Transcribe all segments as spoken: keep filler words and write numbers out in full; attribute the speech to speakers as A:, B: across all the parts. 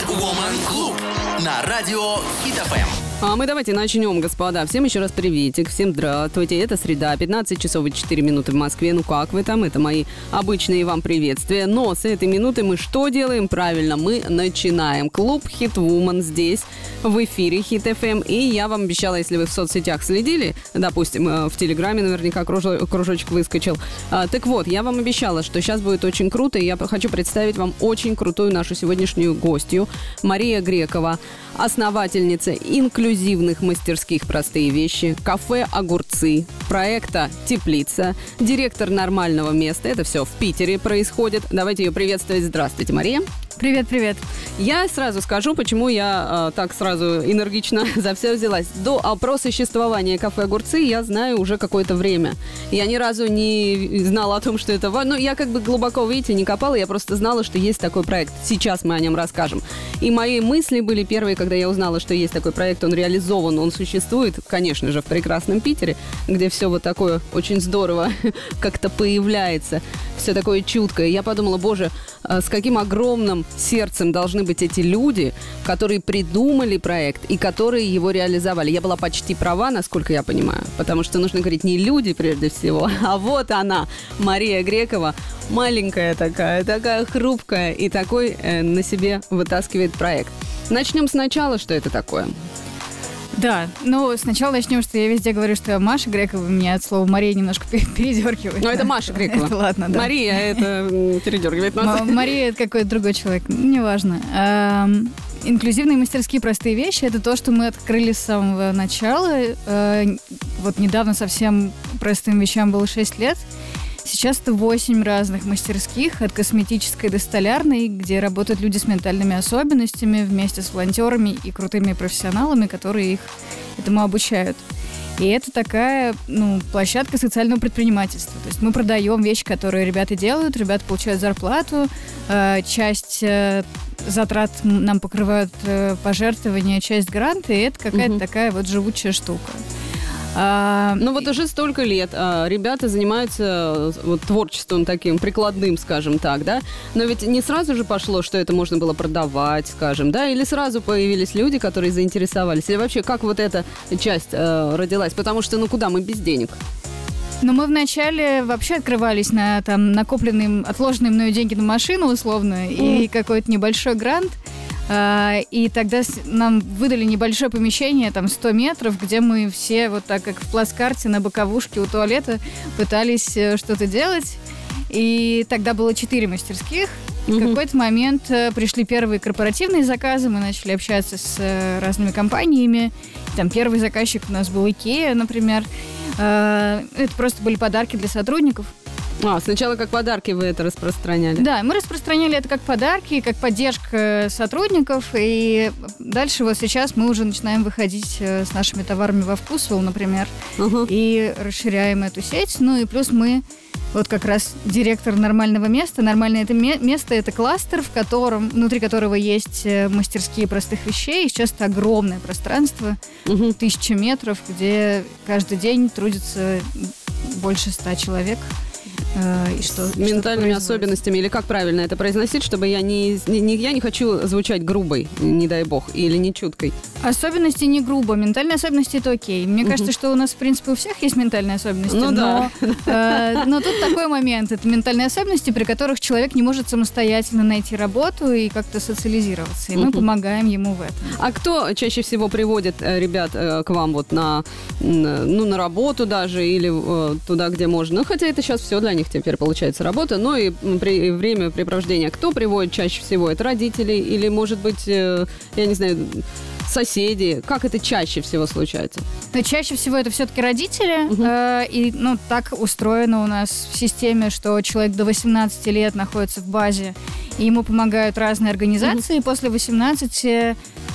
A: Woman Club на радио Хит эф эм.
B: А мы давайте начнем, господа. Всем еще раз приветик, всем здравствуйте. Это среда, пятнадцать часов и четыре минуты в Москве. Ну как вы там? Это мои обычные вам приветствия. Но с этой минуты мы что делаем? Правильно, мы начинаем. Клуб Hit Woman здесь, в эфире Хит эф эм. И я вам обещала, если вы в соцсетях следили, допустим, в Телеграме наверняка кружочек выскочил. А, так вот, я вам обещала, что сейчас будет очень круто. И я хочу представить вам очень крутую нашу сегодняшнюю гостью. Мария Грекова, основательница инклюзивных инклюзивных мастерских «Простые вещи», кафе «Огурцы», проекта «Теплица», директор «Нормального места». Это все в Питере происходит. Давайте ее приветствовать. Здравствуйте, Мария.
C: Привет, привет.
B: Я сразу скажу, почему я э, так сразу энергично за все взялась. До о существования кафе «Огурцы» я знаю уже какое-то время. Я ни разу не знала о том, что это важно. Ну, я как бы глубоко, видите, не копала, я просто знала, что есть такой проект. Сейчас мы о нем расскажем. И мои мысли были первые, когда я узнала, что есть такой проект, он реализован, он существует, конечно же, в прекрасном Питере, где все вот такое очень здорово как-то появляется, все такое чуткое. Я подумала, боже, с каким огромным сердцем должны быть эти люди, которые придумали проект и которые его реализовали. Я была почти права, насколько я понимаю, потому что нужно говорить не люди прежде всего, а вот она, Мария Грекова, маленькая такая, такая хрупкая и такой э, на себе вытаскивает проект. Начнем сначала, что это такое?
C: Да, ну сначала начнем, что я везде говорю, что я Маша Грекова, меня от слова Мария немножко передергивает.
B: Ну это Маша Грекова.
C: Это ладно, да.
B: Мария это передергивает нас.
C: Мария это какой-то другой человек, неважно. Инклюзивные мастерские «Простые вещи» — это то, что мы открыли с самого начала. Вот недавно совсем «Простым вещам» было шесть лет. Сейчас это восемь разных мастерских, от косметической до столярной, где работают люди с ментальными особенностями вместе с волонтерами и крутыми профессионалами, которые их этому обучают. И это такая, ну, площадка социального предпринимательства. То есть мы продаем вещи, которые ребята делают, ребята получают зарплату, э, часть э, затрат нам покрывают э, пожертвования, часть гранта, и это какая-то угу. такая вот живучая штука.
B: А, ну вот уже столько лет а, ребята занимаются вот, творчеством таким, прикладным, скажем так, да? Но ведь не сразу же пошло, что это можно было продавать, скажем, да? Или сразу появились люди, которые заинтересовались? Или вообще, как вот эта часть а, родилась? Потому что, ну куда мы без денег?
C: Ну, мы вначале вообще открывались на там накопленные, отложенные мною деньги на машину, условно, mm. и какой-то небольшой грант. И тогда нам выдали небольшое помещение, там сто метров, где мы все вот так, как в плацкарте на боковушке у туалета пытались что-то делать. И тогда было четыре мастерских. И в какой-то момент пришли первые корпоративные заказы, мы начали общаться с разными компаниями. Там первый заказчик у нас был IKEA, например. Это просто были подарки для сотрудников.
B: А, сначала как подарки вы это распространяли?
C: Да, мы распространяли это как подарки, как поддержка сотрудников. И дальше вот сейчас мы уже начинаем выходить с нашими товарами во Вкусвилл, например, uh-huh. и расширяем эту сеть. Ну и плюс мы вот как раз директор «Нормального места». «Нормальное это место» — это кластер, в котором, внутри которого есть мастерские простых вещей. И сейчас это огромное пространство, uh-huh. тысяча метров, где каждый день трудится больше ста человек.
B: И что, с ментальными особенностями, или как правильно это произносить, чтобы я не, не, я не хочу звучать грубой, не дай бог, или не чуткой.
C: Особенности не грубо, ментальные особенности это окей. Мне угу. кажется, что у нас, в принципе, у всех есть ментальные особенности,
B: ну,
C: но,
B: да.
C: э, но тут такой момент, это ментальные особенности, при которых человек не может самостоятельно найти работу и как-то социализироваться, и угу. мы помогаем ему в этом.
B: А кто чаще всего приводит ребят к вам вот на, ну, на работу даже, или туда, где можно? Ну, хотя это сейчас все для них теперь получается работа, но и при, времяпрепровождение. Кто приводит чаще всего? Это родители или, может быть, я не знаю, соседи? Как это чаще всего случается?
C: Но чаще всего это все-таки родители. Угу. Э, и ну, так устроено у нас в системе, что человек до восемнадцати лет находится в базе, и ему помогают разные организации. Угу. После восемнадцати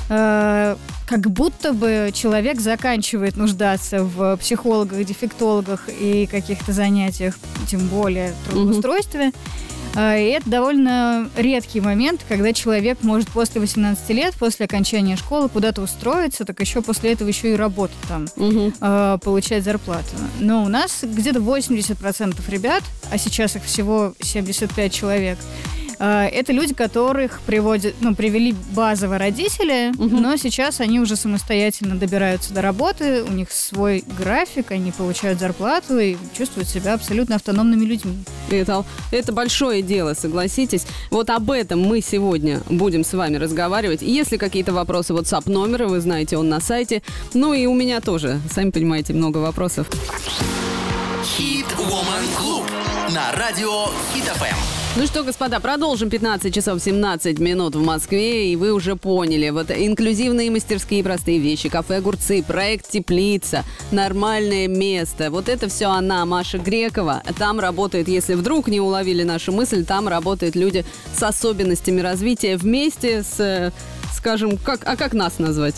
C: э, как будто бы человек заканчивает нуждаться в психологах, дефектологах и каких-то занятиях, тем более трудоустройстве. Угу. И это довольно редкий момент, когда человек может после восемнадцати лет, после окончания школы куда-то устроиться, так еще после этого еще и работать там, угу. э, получать зарплату. Но у нас где-то восемьдесят процентов ребят, а сейчас их всего семьдесят пять человек, Это люди, которых приводят, ну, привели базово родители, угу. но сейчас они уже самостоятельно добираются до работы, у них свой график, они получают зарплату и чувствуют себя абсолютно автономными людьми.
B: Это, это большое дело, согласитесь. Вот об этом мы сегодня будем с вами разговаривать. Если какие-то вопросы, WhatsApp номера, вы знаете, он на сайте. Ну и у меня тоже, сами понимаете, много вопросов.
A: Hit Woman Club на радио Hit эф эм.
B: Ну что, господа, продолжим. пятнадцать часов семнадцать минут в Москве, и вы уже поняли. Вот инклюзивные мастерские, простые вещи, кафе «Огурцы», проект «Теплица», нормальное место. Вот это все она, Маша Грекова. Там работает, если вдруг не уловили нашу мысль, там работают люди с особенностями развития вместе с... Скажем, как, а как нас назвать?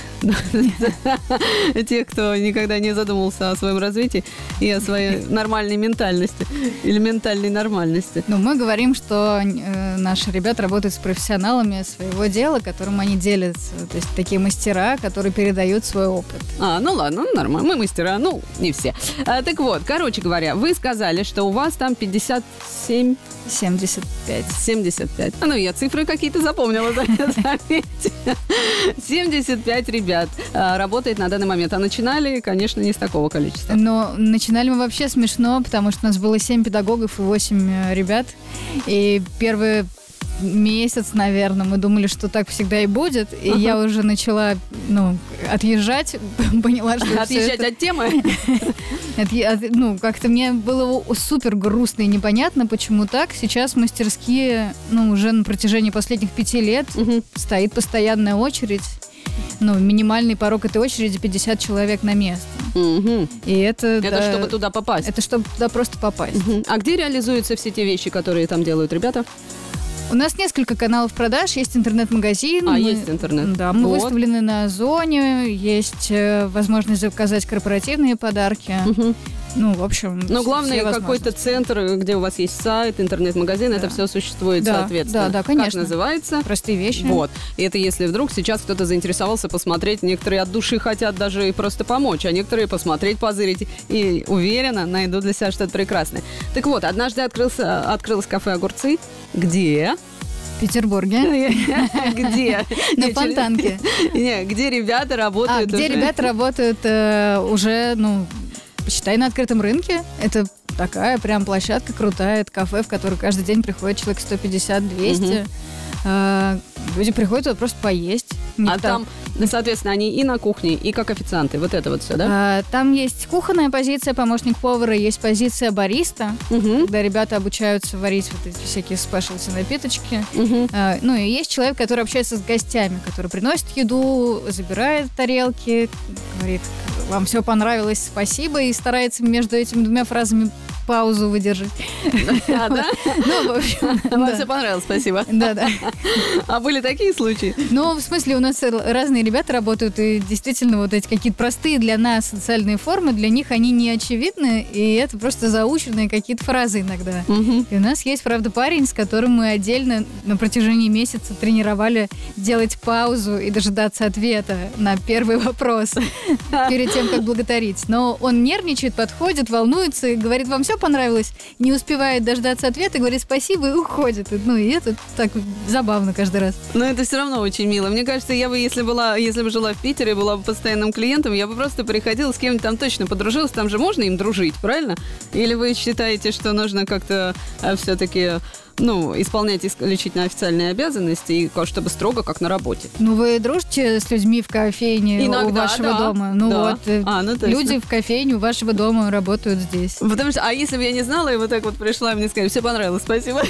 B: Тех, кто никогда не задумывался о своем развитии и о своей нормальной ментальности или ментальной нормальности.
C: Ну, мы говорим, что э, наши ребята работают с профессионалами своего дела, которым они делятся. То есть такие мастера, которые передают свой опыт.
B: А, ну ладно, ну, нормально. Мы мастера, ну, не все. А, так вот, короче говоря, вы сказали, что у вас там пятьдесят семь...
C: семьдесят пять.
B: семьдесят пять. А, ну, я цифры какие-то запомнила, заметьте. семьдесят пять ребят а, работает на данный момент. А начинали, конечно, не с такого количества.
C: Но начинали мы вообще смешно, потому что у нас было семь педагогов и восемь ребят. И первые месяц, наверное, мы думали, что так всегда и будет. И uh-huh. я уже начала, ну, отъезжать, поняла, что
B: Отъезжать
C: это...
B: от темы?
C: Ну, как-то мне было супер грустно и непонятно, почему так. Сейчас мастерские, ну, уже на протяжении последних пяти лет uh-huh. стоит постоянная очередь. Ну, минимальный порог этой очереди пятьдесят человек на место.
B: Угу.
C: И это...
B: Это
C: да,
B: чтобы туда попасть?
C: Это чтобы туда просто попасть.
B: Угу. А где реализуются все те вещи, которые там делают ребята?
C: У нас несколько каналов продаж, есть интернет-магазин.
B: А,
C: мы,
B: есть интернет.
C: Да, мы
B: вот.
C: выставлены на Озоне, есть э, возможность заказать корпоративные подарки. Угу. Ну, в общем,
B: Но главное, какой-то центр, где у вас есть сайт, интернет-магазин, да. это все существует
C: да,
B: соответственно.
C: Да, да, конечно.
B: Как называется?
C: Простые вещи.
B: Вот. И это если вдруг сейчас кто-то заинтересовался посмотреть, некоторые от души хотят даже и просто помочь, а некоторые посмотреть, позырить, и уверенно найдут для себя что-то прекрасное. Так вот, однажды открылся, открылось кафе «Огурцы». Где?
C: В Петербурге.
B: Где?
C: На Фонтанке.
B: Не, где ребята работают
C: уже. А, где ребята работают уже, ну, считай, на открытом рынке. Это такая прям площадка крутая, это кафе, в которое каждый день приходит человек сто пятьдесят - двести. Uh-huh. Люди приходят туда просто поесть.
B: А там, соответственно, они и на кухне, и как официанты. Вот это вот все, да?
C: Uh, там есть кухонная позиция, помощник повара, есть позиция бариста, uh-huh. когда ребята обучаются варить вот эти всякие спешлти напиточки. Uh-huh. Uh, ну и есть человек, который общается с гостями, который приносит еду, забирает тарелки, говорит: вам все понравилось, спасибо, и старается между этими двумя фразами паузу выдержать.
B: А, да?
C: Ну, в общем,
B: вам
C: да.
B: все понравилось, спасибо.
C: Да, да.
B: А были такие случаи?
C: Ну, в смысле, у нас разные ребята работают, и действительно вот эти какие-то простые для нас социальные формы, для них они не очевидны, и это просто заученные какие-то фразы иногда. Угу. И у нас есть, правда, парень, с которым мы отдельно на протяжении месяца тренировали делать паузу и дожидаться ответа на первый вопрос перед тем, как благодарить. Но он нервничает, подходит, волнуется и говорит: вам все понравилось? Не успевает дождаться ответа, говорит спасибо и уходит. Ну, и это так забавно каждый раз.
B: Но это все равно очень мило. Мне кажется, я бы, если была, если бы жила в Питере, была бы постоянным клиентом, я бы просто приходила с кем-нибудь там точно подружилась. Там же можно им дружить, правильно? Или вы считаете, что нужно как-то а, все-таки... ну, исполнять исключительно официальные обязанности, и чтобы строго, как на работе.
C: Ну, вы дружите с людьми в кофейне
B: иногда,
C: у вашего
B: да,
C: дома? Ну
B: да.
C: вот,
B: а, ну,
C: люди в кофейне у вашего дома работают здесь.
B: Потому что, а если бы я не знала, и вот так вот пришла, и мне сказали: все понравилось, спасибо.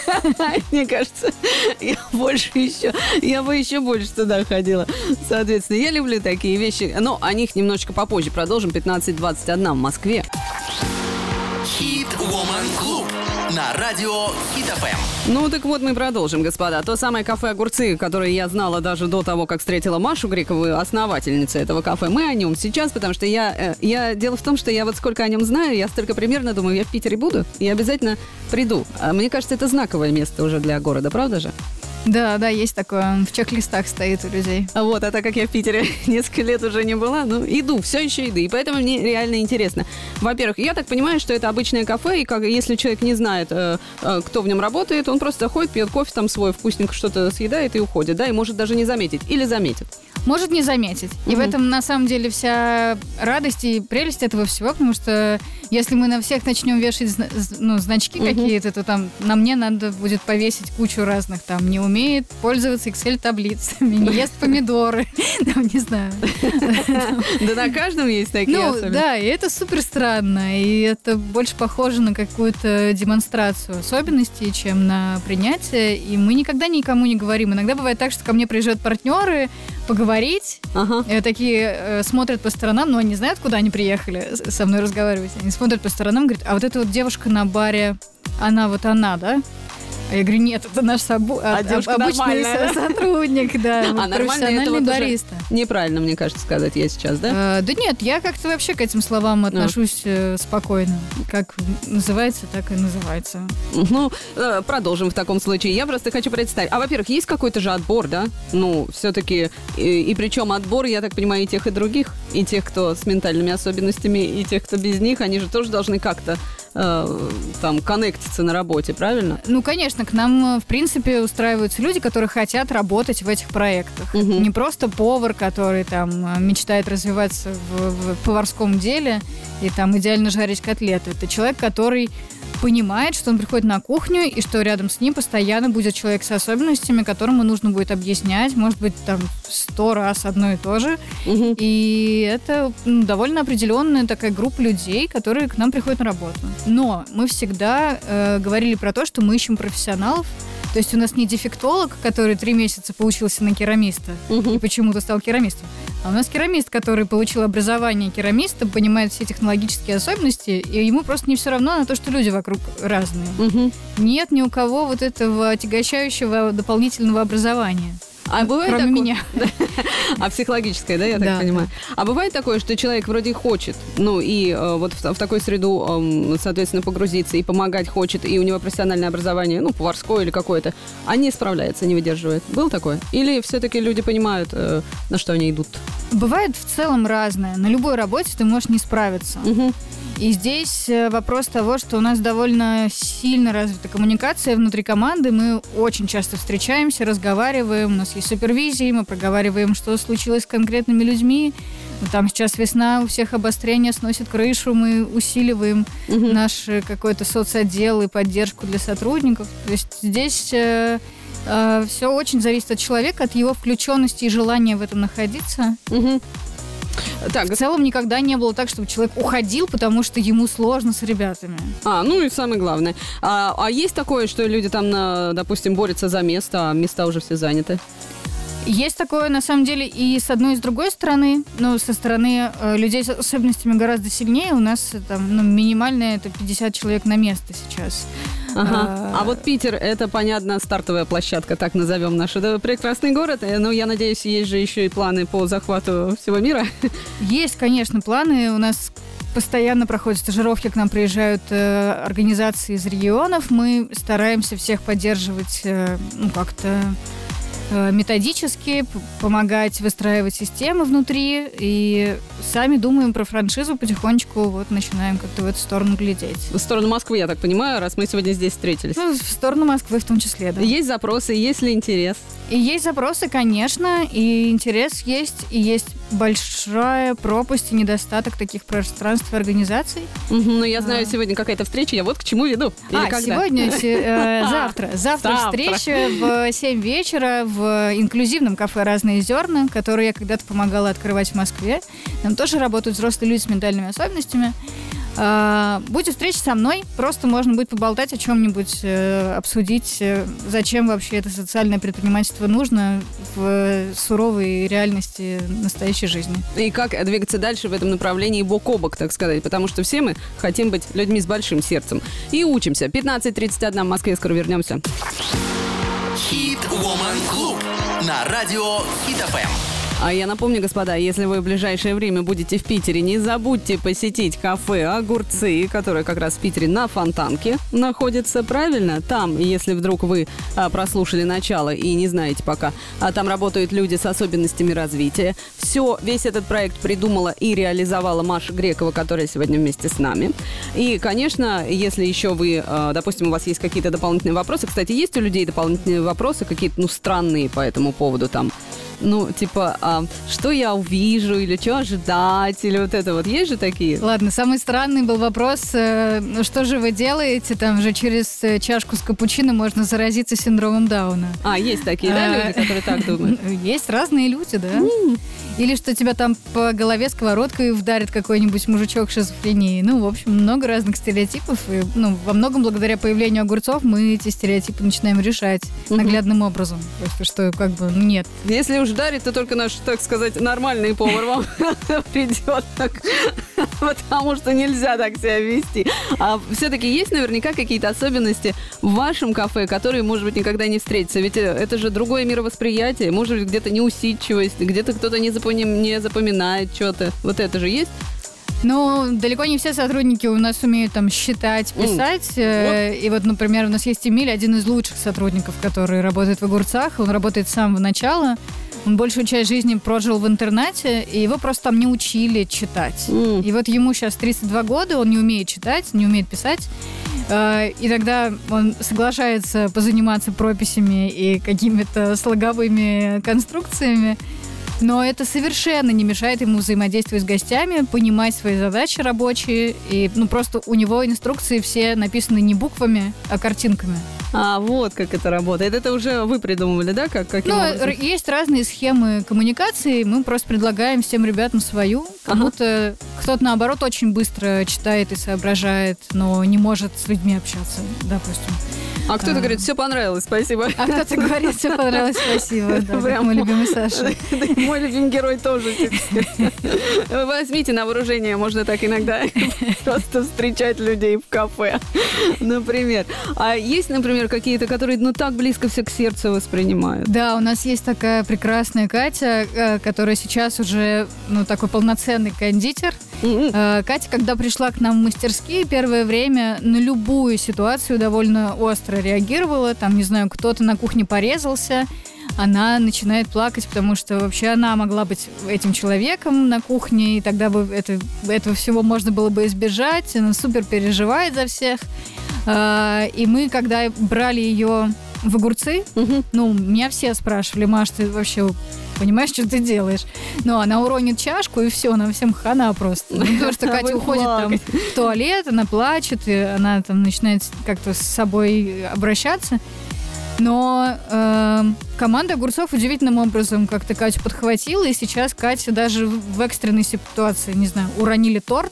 B: Мне кажется, я больше еще, я бы еще больше туда ходила. Соответственно, я люблю такие вещи, но о них немножечко попозже. Продолжим. пятнадцать двадцать один в Москве.
A: Hit Woman Club на радио Hit эф эм.
B: Ну, так вот, мы продолжим, господа. То самое кафе «Огурцы», которое я знала даже до того, как встретила Машу Грекову, основательницу этого кафе. Мы о нем сейчас, потому что я, я... Дело в том, что я вот сколько о нем знаю, я столько примерно думаю, я в Питере буду и обязательно приду. Мне кажется, это знаковое место уже для города, правда же?
C: Да, да, есть такое. Он в чек-листах стоит у людей.
B: Вот, а так как я в Питере несколько лет уже не была, ну, иду, все еще иду. И поэтому мне реально интересно. Во-первых, я так понимаю, что это обычное кафе, и как, если человек не знает, э, э, кто в нем работает, он просто заходит, пьет кофе там свой, вкусненько что-то съедает и уходит, да, и может даже не заметить. Или заметит.
C: Может не заметить. И
B: Мгм.
C: в этом, на самом деле, вся радость и прелесть этого всего, потому что если мы на всех начнем вешать зна- з- ну, значки
B: Мгм.
C: какие-то, то там на мне надо будет повесить кучу разных, там, не умеет пользоваться Excel-таблицами, не ест помидоры, там, не знаю.
B: Да на каждом есть такие
C: Ну,
B: особенности.
C: да, и это супер странно, и это больше похоже на какую-то демонстрацию особенностей, чем на принятие, и мы никогда никому не говорим. Иногда бывает так, что ко мне приезжают партнеры поговорить,
B: Ага.
C: э, такие э, смотрят по сторонам, но они знают, куда они приехали с- со мной разговаривать. Они смотрят по сторонам, говорят, а вот эта вот девушка на баре, она вот она, да? А я говорю, нет, это наш собу-
B: А
C: а-
B: девушка
C: обычный
B: нормальная,
C: со- сотрудник, да,
B: А
C: вот
B: нормально это
C: профессиональный
B: вот уже
C: бариста.
B: неправильно, мне кажется, сказать я сейчас, да?
C: Э, Да нет, я как-то вообще к этим словам отношусь э, спокойно. Как называется, так и называется.
B: Ну, э, продолжим в таком случае. Я просто хочу представить. А, во-первых, есть какой-то же отбор, да? Ну, все-таки, и, и причем отбор, я так понимаю, и тех, и других, и тех, кто с ментальными особенностями, и тех, кто без них, они же тоже должны как-то э, там коннектиться на работе, правильно?
C: Ну, конечно, к нам, э, в принципе, устраиваются люди, которые хотят работать в этих проектах.
B: Мгм.
C: Не просто повар, который там э, мечтает развиваться в, в поварском деле и там идеально жарить котлеты. Это человек, который понимает, что он приходит на кухню и что рядом с ним постоянно будет человек с особенностями, которому нужно будет объяснять, может быть, там сто раз одно и то же.
B: Мгм.
C: И это ну, довольно определенная такая группа людей, которые к нам приходят на работу. Но мы всегда э, говорили про то, что мы ищем профессионалов. То есть у нас не дефектолог, который три месяца поучился на керамиста
B: Мгм.
C: и почему-то стал керамистом, а у нас керамист, который получил образование керамиста, понимает все технологические особенности, и ему просто не все равно на то, что люди вокруг разные.
B: Мгм.
C: Нет ни у кого вот этого отягощающего дополнительного образования.
B: А бывает
C: Кроме
B: такое-
C: меня.
B: А психологическое, да, я так
C: Да,
B: понимаю? А бывает такое, что человек вроде хочет, ну и э, вот в, в такую среду, эм, соответственно, погрузиться и помогать хочет, и у него профессиональное образование, ну, поварское или какое-то, а не справляется, не выдерживает. Был такое? Или все-таки люди понимают, э, на что они идут?
C: Бывает в целом разное. На любой работе ты можешь не справиться.
B: Мгм.
C: И здесь э, вопрос того, что у нас довольно сильно развита коммуникация внутри команды. Мы очень часто встречаемся, разговариваем, у нас есть супервизии, мы проговариваем, что случилось с конкретными людьми. Вот там сейчас весна, у всех обострение сносит крышу, мы усиливаем
B: Мгм.
C: наш э, какой-то соцотдел и поддержку для сотрудников. То есть здесь все очень зависит от человека, от его включенности и желания в этом находиться.
B: Мгм. Так,
C: В целом никогда не было так, чтобы человек уходил, потому что ему сложно с ребятами.
B: а, ну и самое главное. А, а есть такое, что люди там, на, допустим, борются за место, а места уже все заняты?
C: Есть такое, на самом деле, и с одной, и с другой стороны. Ну, со стороны э, людей с особенностями гораздо сильнее. У нас э, там ну, минимальное это пятьдесят человек на место сейчас.
B: Ага.
C: А,
B: А вот Питер, это, понятно, стартовая площадка, так назовем наш. Это прекрасный город, э, но я надеюсь, есть же еще и планы по захвату всего мира.
C: Есть, конечно, планы. У нас постоянно проходят стажировки, к нам приезжают э, организации из регионов. Мы стараемся всех поддерживать э, ну, как-то э, методически, п- помогать выстраивать системы внутри. И сами думаем про франшизу потихонечку, вот начинаем как-то в эту сторону глядеть.
B: В сторону Москвы, я так понимаю, раз мы сегодня здесь встретились.
C: Ну, в сторону Москвы в том числе, да.
B: Есть запросы, есть ли интерес?
C: И есть запросы, конечно, и интерес есть, и есть большая пропасть и недостаток таких пространств и организаций.
B: Мгм, ну, я знаю,
C: А.
B: сегодня какая-то встреча, я вот к чему веду. Или
C: а,
B: когда?
C: сегодня, се- э, завтра. Завтра
B: Завтра.
C: встреча в семь вечера в инклюзивном кафе «Разные зерна», которое я когда-то помогала открывать в Москве. Там тоже работают взрослые люди с ментальными особенностями. А, Будет встреча со мной, просто можно будет поболтать о чем-нибудь, э, обсудить, э, зачем вообще это социальное предпринимательство нужно в суровой реальности настоящей жизни.
B: И как двигаться дальше в этом направлении бок о бок, так сказать, потому что все мы хотим быть людьми с большим сердцем. И учимся. пятнадцать тридцать один в Москве, скоро вернемся.
A: Хит Woman Club на радио Хит эф эм.
B: А я напомню, господа, если вы в ближайшее время будете в Питере, не забудьте посетить кафе «Огурцы», которое как раз в Питере на Фонтанке находится, правильно? Там, если вдруг вы а, прослушали начало и не знаете пока, а там работают люди с особенностями развития. Все, весь этот проект придумала и реализовала Маша Грекова, которая сегодня вместе с нами. И, конечно, если еще вы, а, допустим, у вас есть какие-то дополнительные вопросы, кстати, есть у людей дополнительные вопросы, какие-то, ну, странные по этому поводу, там, ну, типа, а, что я увижу, или что ожидать, или вот это вот. Есть же такие?
C: Ладно, самый странный был вопрос, э, ну, что же вы делаете, там же через э, чашку с капучино можно заразиться синдромом Дауна.
B: А, есть такие, да, люди, которые так думают?
C: Есть разные люди, да. Или что тебя там по голове сковородкой вдарит какой-нибудь мужичок шизофрении. Ну, в общем, много разных стереотипов. И, ну, во многом благодаря появлению огурцов мы эти стереотипы начинаем решать наглядным образом. Просто что, как бы, нет.
B: Если уж дарит, то только наш, так сказать, нормальный повар вам придет так, потому что нельзя так себя вести. А все-таки есть наверняка какие-то особенности в вашем кафе, которые, может быть, никогда не встретятся. Ведь это же другое мировосприятие. Может быть, где-то неусидчивость, где-то кто-то не, запоми- не запоминает что-то. Вот это же есть?
C: Ну, далеко не все сотрудники у нас умеют там считать, писать. Mm. Вот. И вот, например, у нас есть Эмиль, один из лучших сотрудников, который работает в «Огурцах». Он работает с самого начала. Он большую часть жизни прожил в интернате, и его просто там не учили читать. Mm. И вот ему сейчас тридцать два года, он не умеет читать, не умеет писать. И тогда он соглашается позаниматься прописями и какими-то слоговыми конструкциями. Но это совершенно не мешает ему взаимодействовать с гостями, понимать свои задачи рабочие. И, ну, просто у него инструкции все написаны не буквами, а картинками.
B: А, вот как это работает. Это уже вы придумывали, да? Как, каким
C: ну,
B: образом?
C: Есть разные схемы коммуникации. Мы просто предлагаем всем ребятам свою. Кому-то, ага. Кто-то, наоборот, очень быстро читает и соображает, но не может с людьми общаться, допустим.
B: А кто-то а... говорит, все понравилось, спасибо.
C: А кто-то говорит, все понравилось, спасибо. Да, прям мой любимый Саша.
B: Мой любимый герой тоже. Возьмите на вооружение, можно так иногда просто встречать людей в кафе, например. А есть, например, какие-то, которые, ну, так близко все к сердцу воспринимают?
C: Да, у нас есть такая прекрасная Катя, которая сейчас уже, ну, такой полноценный кондитер. Mm-hmm. Катя, когда пришла к нам в мастерские, первое время на любую ситуацию довольно остро реагировала. Там, не знаю, кто-то на кухне порезался, она начинает плакать, потому что вообще она могла быть этим человеком на кухне, и тогда бы это, этого всего можно было бы избежать. Она супер переживает за всех. И мы, когда брали ее в «Огурцы», угу. ну, меня все спрашивали: Маш, ты вообще понимаешь, что ты делаешь? Но она уронит чашку, и все, нам всем хана просто. Ну, потому что Катя уходит там в туалет, она плачет, и она там начинает как-то с собой обращаться. Но э, команда «Огурцов» удивительным образом как-то Катю подхватила, и сейчас Катя даже в экстренной ситуации, не знаю, уронили торт,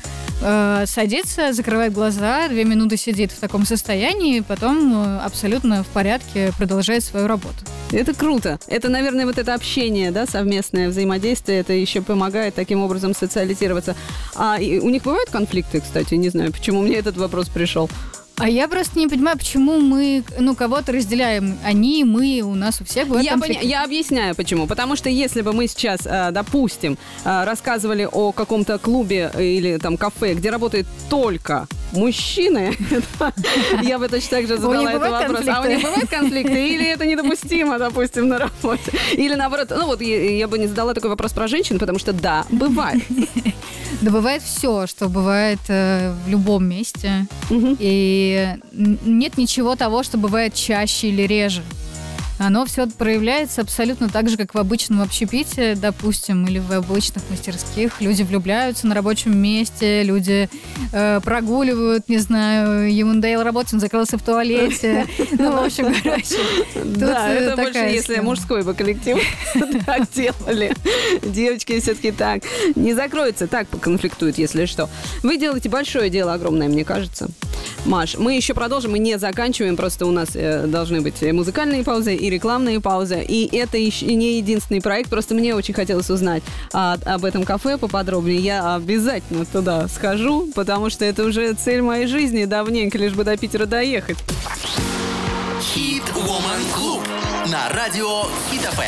C: э, садится, закрывает глаза, две минуты сидит в таком состоянии, и потом э, абсолютно в порядке продолжает свою работу.
B: Это круто. Это, наверное, вот это общение, да, совместное взаимодействие, это еще помогает таким образом социализироваться. А у них бывают конфликты, кстати? Не знаю, почему мне этот вопрос пришел.
C: А я просто не понимаю, почему мы, ну, кого-то разделяем. Они, мы, у нас у всех бывают
B: я
C: конфликты.
B: Поня- я объясняю, почему. Потому что если бы мы сейчас, допустим, рассказывали о каком-то клубе или там кафе, где работают только мужчины, я бы точно так же задала этот вопрос. А у них бывают конфликты? Или это недопустимо, допустим, на работе? Или наоборот, ну вот я бы не задала такой вопрос про женщин, потому что да, бывает.
C: Да бывает все, что бывает э, в любом месте. Угу. И нет ничего того, что бывает чаще или реже. Оно все проявляется абсолютно так же, как в обычном общепите, допустим, или в обычных мастерских. Люди влюбляются на рабочем месте, люди э, прогуливают, не знаю, ему надоело работать, он закрылся в туалете. Ну, в общем, короче.
B: Да, это больше, если мужской бы коллектив так делали. Девочки все-таки так не закроются, так поконфликтуют, если что. Вы делаете большое дело, огромное, мне кажется. Маш, мы еще продолжим, мы не заканчиваем, просто у нас э, должны быть музыкальные паузы и рекламные паузы, и это еще не единственный проект, просто мне очень хотелось узнать а, об этом кафе поподробнее. Я обязательно туда схожу, потому что это уже цель моей жизни давненько, лишь бы до Питера доехать.
A: Хит Woman Club на радио Хит эф эм.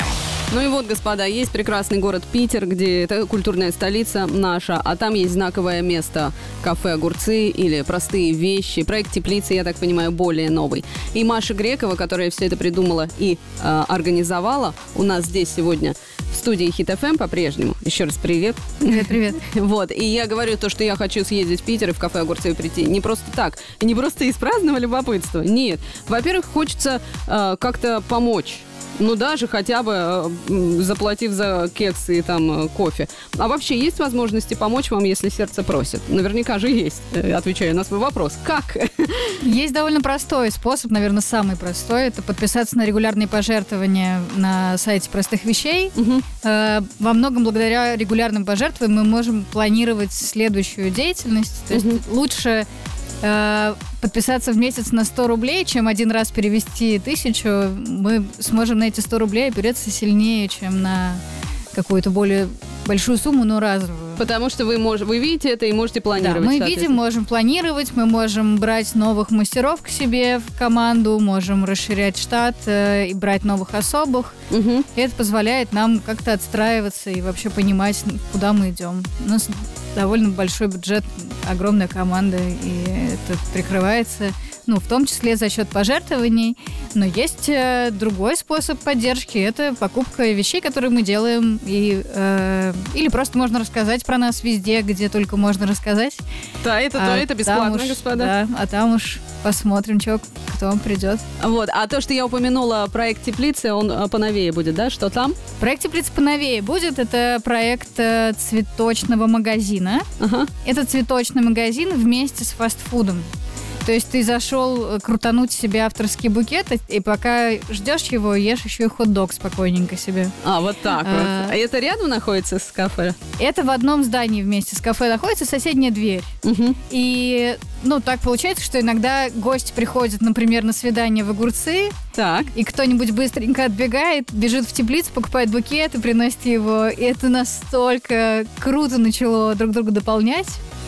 B: Ну и вот, господа, есть прекрасный город Питер, где это культурная столица наша, а там есть знаковое место кафе «Огурцы» или «Простые вещи». Проект «Теплица», я так понимаю, более новый. И Маша Грекова, которая все это придумала и э, организовала, у нас здесь сегодня в студии Хит эф эм по-прежнему. Еще раз привет.
C: Привет, привет.
B: Вот, и я говорю то, что я хочу съездить в Питер и в кафе «Огурцы» прийти. Не просто так, и не просто из праздного любопытства. Нет. Во-первых, хочется э, как-то помочь. Ну, даже хотя бы э, заплатив за кексы и там э, кофе. А вообще есть возможности помочь вам, если сердце просит? Наверняка же есть, э, отвечаю на свой вопрос. Как?
C: Есть довольно простой способ, наверное, самый простой. Это подписаться на регулярные пожертвования на сайте «Простых вещей».
B: Угу.
C: Э, во многом благодаря регулярным пожертвованиям мы можем планировать следующую деятельность. То есть
B: Угу.
C: лучше э, подписаться в месяц на сто рублей, чем один раз перевести тысячу. Мы сможем на эти сто рублей опереться сильнее, чем на какую-то более большую сумму, но разовую.
B: Потому что вы, мож... вы видите это и можете
C: Да,
B: планировать.
C: мы видим, можем планировать, мы можем брать новых мастеров к себе в команду, можем расширять штат э, и брать новых особых.
B: Угу.
C: И это позволяет нам как-то отстраиваться и вообще понимать, куда мы идем. У нас довольно большой бюджет, огромная команда, и это прикрывается, ну, в том числе за счет пожертвований. Но есть э, другой способ поддержки, это покупка вещей, которые мы делаем, и, э, или просто можно рассказать про нас везде, где только можно рассказать.
B: Да, это,
C: А
B: то, это бесплатно,
C: там уж,
B: господа.
C: Да, а там уж посмотрим, чё, кто придет.
B: Вот. А то, что я упомянула, проект «Теплицы», он э, поновее будет, да? Что там?
C: Проект «Теплица» поновее будет. Это проект э, цветочного магазина.
B: Ага.
C: Это цветочный магазин вместе с фастфудом. То есть ты зашел крутануть себе авторский букет, и пока ждешь его, ешь еще и хот-дог спокойненько себе.
B: А, вот так
C: А.
B: вот. А это рядом находится с кафе?
C: Это в одном здании вместе с кафе находится соседняя дверь.
B: Угу.
C: И, ну, так получается, что иногда гость приходит, например, на свидание в «Огурцы»,
B: Так.
C: и кто-нибудь быстренько отбегает, бежит в теплицу, покупает букет и приносит его. И это настолько круто начало друг друга дополнять.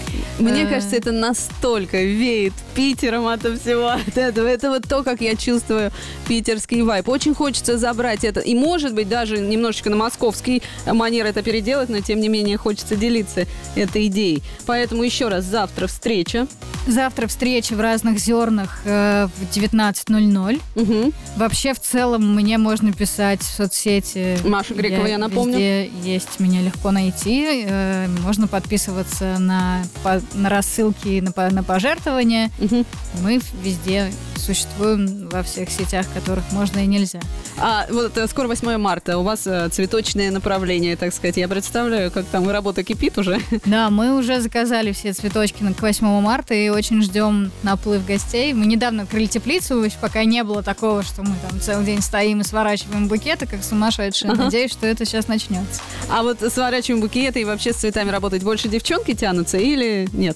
B: Мне
C: Э.
B: кажется, это настолько веет Питером от всего от этого. Это вот то, как я чувствую питерский вайб. Очень хочется забрать это. И, может быть, даже немножечко на московский манер это переделать, но, тем не менее, хочется делиться этой идеей. Поэтому еще раз, завтра встреча.
C: Завтра встреча в разных зернах э, в девятнадцать ноль ноль.
B: Угу.
C: Вообще, в целом, мне можно писать в соцсети.
B: Маша Грекова, я напомню.
C: Везде есть, меня легко найти. Э, можно подписываться на, по, на рассылки, на, по- на пожертвования.
B: Угу.
C: Мы везде существуем, во всех сетях, которых можно и нельзя.
B: А вот э, скоро восьмое марта. У вас э, цветочное направление, так сказать. Я представляю, как там работа кипит уже.
C: Да, мы уже заказали все цветочки на- к восьмому марта и очень ждем наплыв гостей. Мы недавно открыли теплицу, пока не было такого, что мы там целый день стоим и сворачиваем букеты, как сумасшедшие.
B: Ага.
C: Надеюсь, что это сейчас начнется.
B: А вот сворачиваем букеты и вообще с цветами работать больше девчонки тянутся или нет?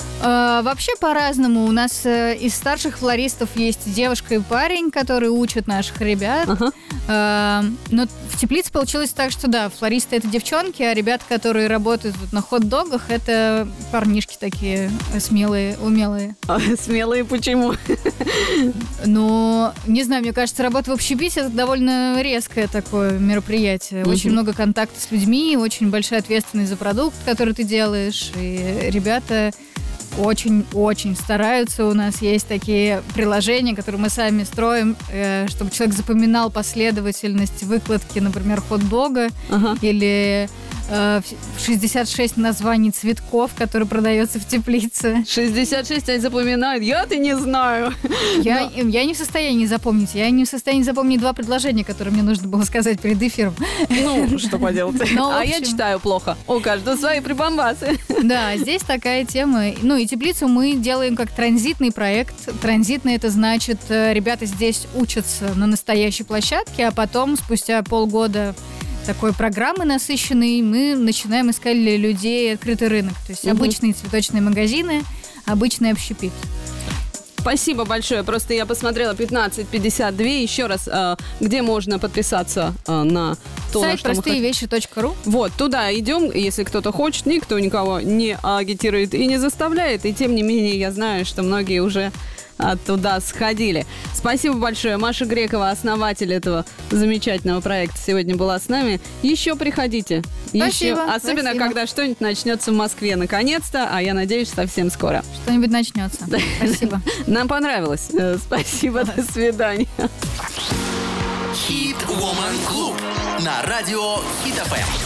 C: Э, вообще по-разному. У нас э, из старших флористов есть девушка и парень, которые учат наших ребят.
B: Ага.
C: Э, но в теплице получилось так, что да, флористы — это девчонки, а ребята, которые работают вот на хот-догах, это парнишки такие э, смелые, умелые.
B: А, смелые почему?
C: Но, не знаю, мне кажется, работа в общепите — это довольно резкое такое мероприятие.
B: Мгм.
C: Очень много контакта с людьми, очень большая ответственность за продукт, который ты делаешь. И ребята очень-очень стараются. У нас есть такие приложения, которые мы сами строим, э, чтобы человек запоминал последовательность выкладки, например, хот-дога
B: Ага.
C: или э, в- шестьдесят шесть названий цветков, которые продаются в теплице.
B: шестьдесят шесть они запоминают. Я-то не знаю.
C: Я, я не в состоянии запомнить. Я не в состоянии запомнить два предложения, которые мне нужно было сказать перед эфиром.
B: Ну, что поделать.
C: Ну, в
B: А я
C: общем.
B: читаю плохо. У каждого свои прибамбасы.
C: Да, здесь такая тема. Ну и теплицу мы делаем как транзитный проект. Транзитный — это значит, э, ребята здесь учатся на настоящей площадке, а потом, спустя полгода такой программы насыщенной, мы начинаем искать для людей открытый рынок. То есть
B: Мгм.
C: обычные цветочные магазины, обычный общепит.
B: Спасибо большое. Просто я посмотрела пятнадцать пятьдесят два. Еще раз, э, где можно подписаться э, на то,
C: Сайт
B: на что мы
C: простые
B: хотим.
C: вещи точка ру.
B: Вот, туда идем, если кто-то хочет, никто никого не агитирует и не заставляет, и тем не менее я знаю, что многие уже а, туда сходили. Спасибо большое. Маша Грекова, основатель этого замечательного проекта, сегодня была с нами. Еще приходите. Еще.
C: Спасибо,
B: Особенно,
C: спасибо.
B: когда что-нибудь начнется в Москве наконец-то, а я надеюсь, совсем скоро.
C: Что-нибудь начнется. Спасибо.
B: Нам понравилось. Э, Спасибо, до свидания.
A: Хит Woman Club на радио Хит эф эм.